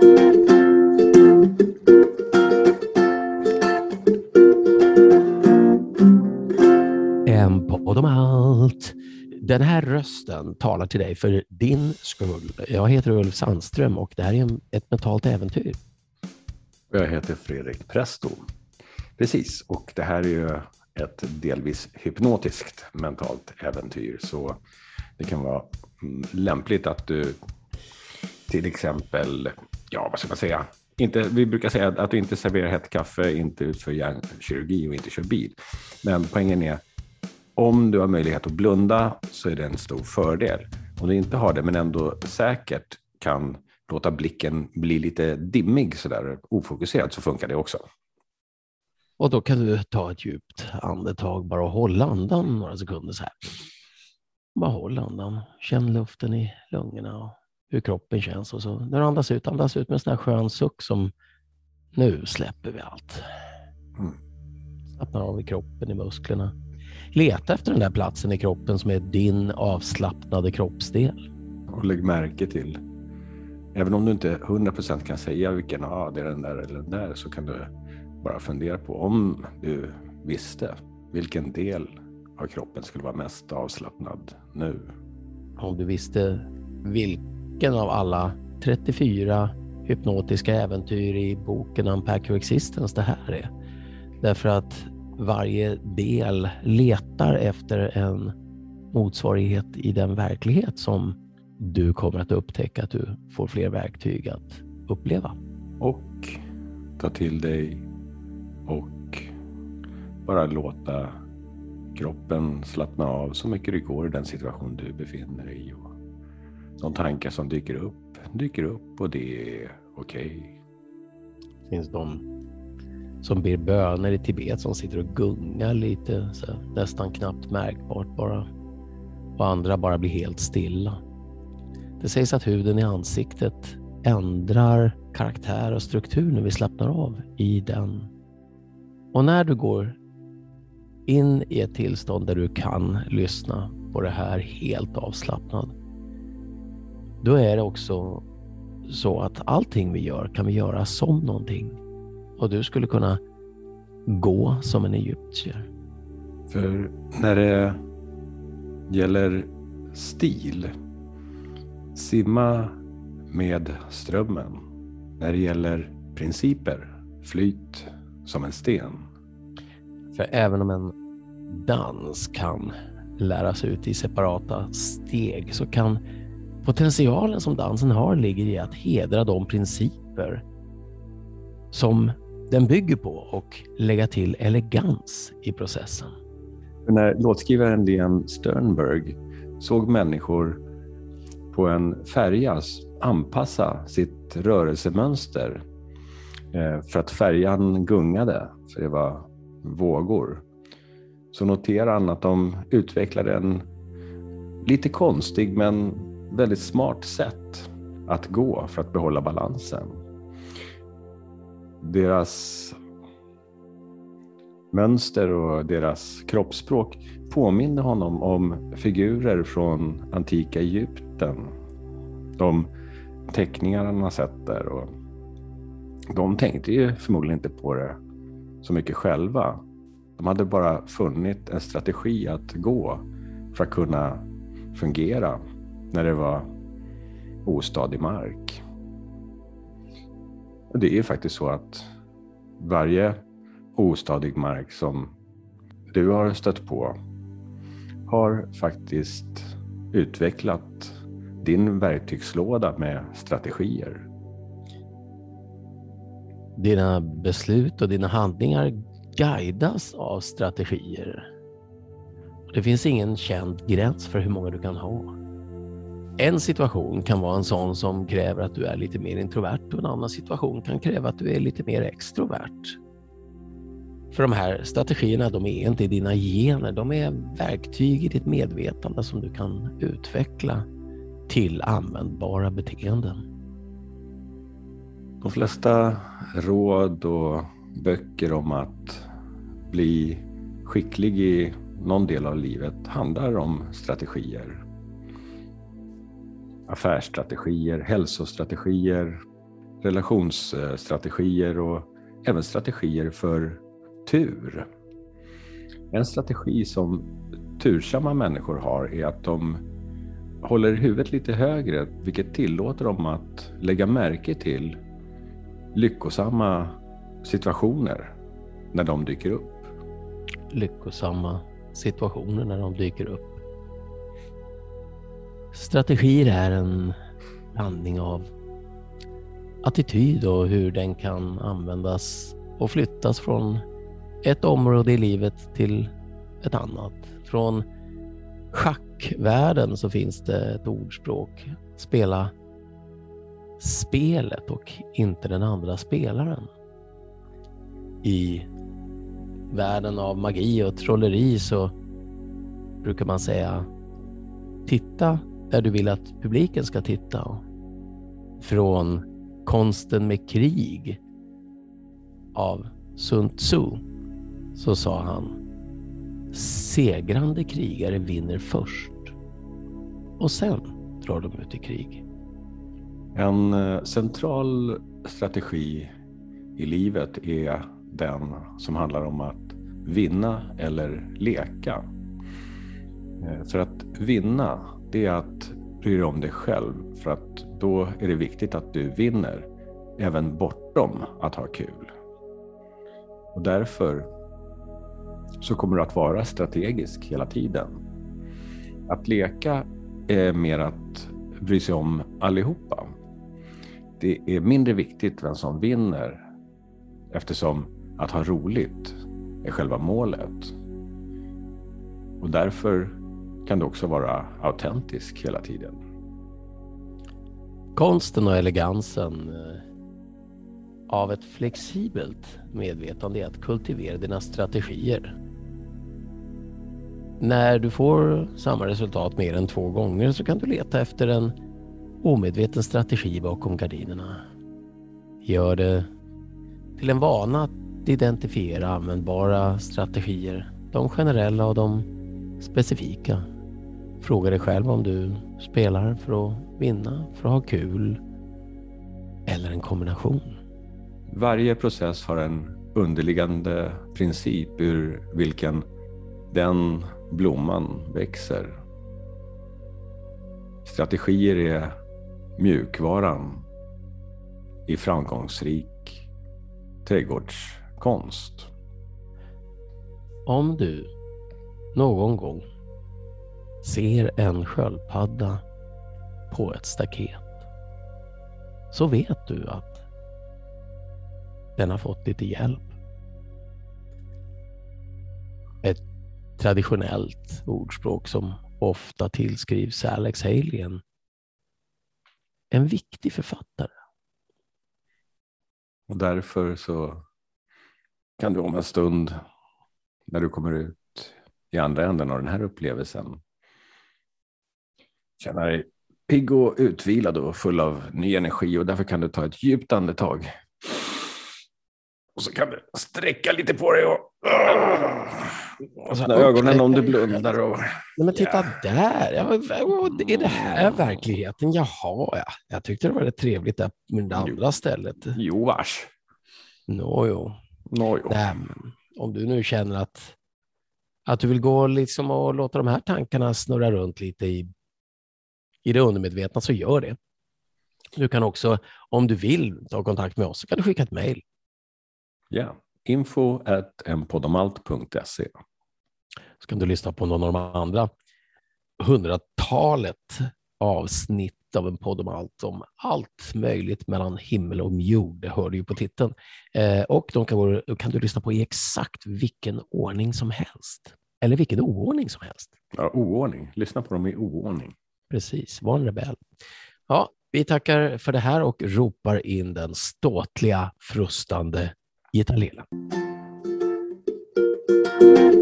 En podd om allt. Den här rösten talar till dig för din skull. Jag heter Ulf Sandström och det här är ett mentalt äventyr. Jag heter Fredrik Presto. Precis, och det här är ju ett delvis hypnotiskt mentalt äventyr. Så det kan vara lämpligt att du till exempel, vad ska man säga? Vi brukar säga att du inte serverar hett kaffe, inte utför hjärnkirurgi och inte kör bil. Men poängen är, om du har möjlighet att blunda så är det en stor fördel. Om du inte har det men ändå säkert kan låta blicken bli lite dimmig sådär, ofokuserad, så funkar det också. Och då kan du ta ett djupt andetag, bara hålla andan några sekunder så här. Bara håll andan, känn luften i lungorna och hur kroppen känns. Och så när du andas ut med en sån här skön suck som nu släpper vi allt. Slappnar av i kroppen, i musklerna. Leta efter den där platsen i kroppen som är din avslappnade kroppsdel. Och lägg märke till, även om du inte 100% kan säga vilken, det är den där eller den där, så kan du bara fundera på om du visste vilken del av kroppen skulle vara mest avslappnad nu. Om du visste vilken av alla 34 hypnotiska äventyr i boken Unpack Your Existence det här är. Därför att varje del letar efter en motsvarighet i den verklighet som du kommer att upptäcka att du får fler verktyg att uppleva. Och ta till dig och bara låta kroppen slappna av så mycket det går i den situation du befinner dig i. Och de tankar som dyker upp och det är okej. Det finns de som ber böner i Tibet som sitter och gungar lite, så nästan knappt märkbart bara. Och andra bara blir helt stilla. Det sägs att huden i ansiktet ändrar karaktär och struktur när vi slappnar av i den. Och när du går in i ett tillstånd där du kan lyssna på det här helt avslappnad, då är det också så att allting vi gör kan vi göra som någonting. Och du skulle kunna gå som en egyptier. För när det gäller stil, simma med strömmen. När det gäller principer, flyt som en sten. För även om en dans kan läras ut i separata steg, så kan potentialen som dansen har ligger i att hedra de principer som den bygger på och lägga till elegans i processen. När låtskrivaren Leon Sternberg såg människor på en färja anpassa sitt rörelsemönster för att färjan gungade, för det var vågor, så noterade han att de utvecklade en lite konstig men väldigt smart sätt att gå för att behålla balansen. Deras mönster och deras kroppsspråk påminner honom om figurer från antika Egypten. De teckningar han har sett där, och de tänkte ju förmodligen inte på det så mycket själva. De hade bara funnit en strategi att gå för att kunna fungera när det var ostadig mark. Och det är faktiskt så att varje ostadig mark som du har stött på har faktiskt utvecklat din verktygslåda med strategier. Dina beslut och dina handlingar guidas av strategier. Det finns ingen känd gräns för hur många du kan ha. En situation kan vara en sån som kräver att du är lite mer introvert, och en annan situation kan kräva att du är lite mer extrovert. För de här strategierna, de är inte i dina gener, de är verktyg i ditt medvetande som du kan utveckla till användbara beteenden. De flesta råd och böcker om att bli skicklig i någon del av livet handlar om strategier. Affärsstrategier, hälsostrategier, relationsstrategier och även strategier för tur. En strategi som tursamma människor har är att de håller huvudet lite högre, vilket tillåter dem att lägga märke till lyckosamma situationer när de dyker upp. Lyckosamma situationer när de dyker upp. Strategier är en blandning av attityd och hur den kan användas och flyttas från ett område i livet till ett annat. Från schackvärlden så finns det ett ordspråk: spela spelet och inte den andra spelaren. I världen av magi och trolleri så brukar man säga: titta där du vill att publiken ska titta. Från Konsten med krig av Sun Tzu så sa han: segrande krigare vinner först och sen drar de ut i krig. En central strategi i livet är den som handlar om att vinna eller leka. För att vinna, det är att bry dig om dig själv, för att då är det viktigt att du vinner även bortom att ha kul. Och därför så kommer du att vara strategisk hela tiden. Att leka är mer att bry sig om allihopa. Det är mindre viktigt vem som vinner, eftersom att ha roligt är själva målet. Och därför kan du också vara autentisk hela tiden. Konsten och elegansen av ett flexibelt medvetande är att kultivera dina strategier. När du får samma resultat mer än 2 gånger så kan du leta efter en omedveten strategi bakom gardinerna. Gör det till en vana att identifiera användbara strategier, de generella och de specifika. Fråga dig själv om du spelar för att vinna, för att ha kul eller en kombination. Varje process har en underliggande princip ur vilken den blomman växer. Strategier är mjukvaran i framgångsrik trädgårdskonst. Om du någon gång ser en sköldpadda på ett staket så vet du att den har fått lite hjälp. Ett traditionellt ordspråk som ofta tillskrivs Alex Haley, en viktig författare. Och därför så kan du om en stund, när du kommer ut i andra änden av den här upplevelsen, känna dig pigg och utvilad och full av ny energi, och därför kan du ta ett djupt andetag. Och så kan du sträcka lite på dig och öppna ögonen om du blundar. Och... Nej, men titta där. Är det här verkligheten? Jaha, ja. Jag tyckte det var rätt trevligt där med det andra stället. Jo, vars. Nåjo. Nej, men om du nu känner att du vill gå liksom och låta de här tankarna snurra runt lite i det undermedvetna, så gör det. Du kan också, om du vill ta kontakt med oss, så kan du skicka ett mejl. Ja, info@enpodomalt.se. Så kan du lyssna på någon av de andra 100-talet avsnitt av en podd om allt möjligt mellan himmel och jord. Det hör du ju på titeln. Och de kan du lyssna på i exakt vilken ordning som helst. Eller vilken oordning som helst. Ja, oordning. Lyssna på dem i oordning. Precis, var en rebell. Ja, vi tackar för det här och ropar in den ståtliga, frustande gitarrlilla.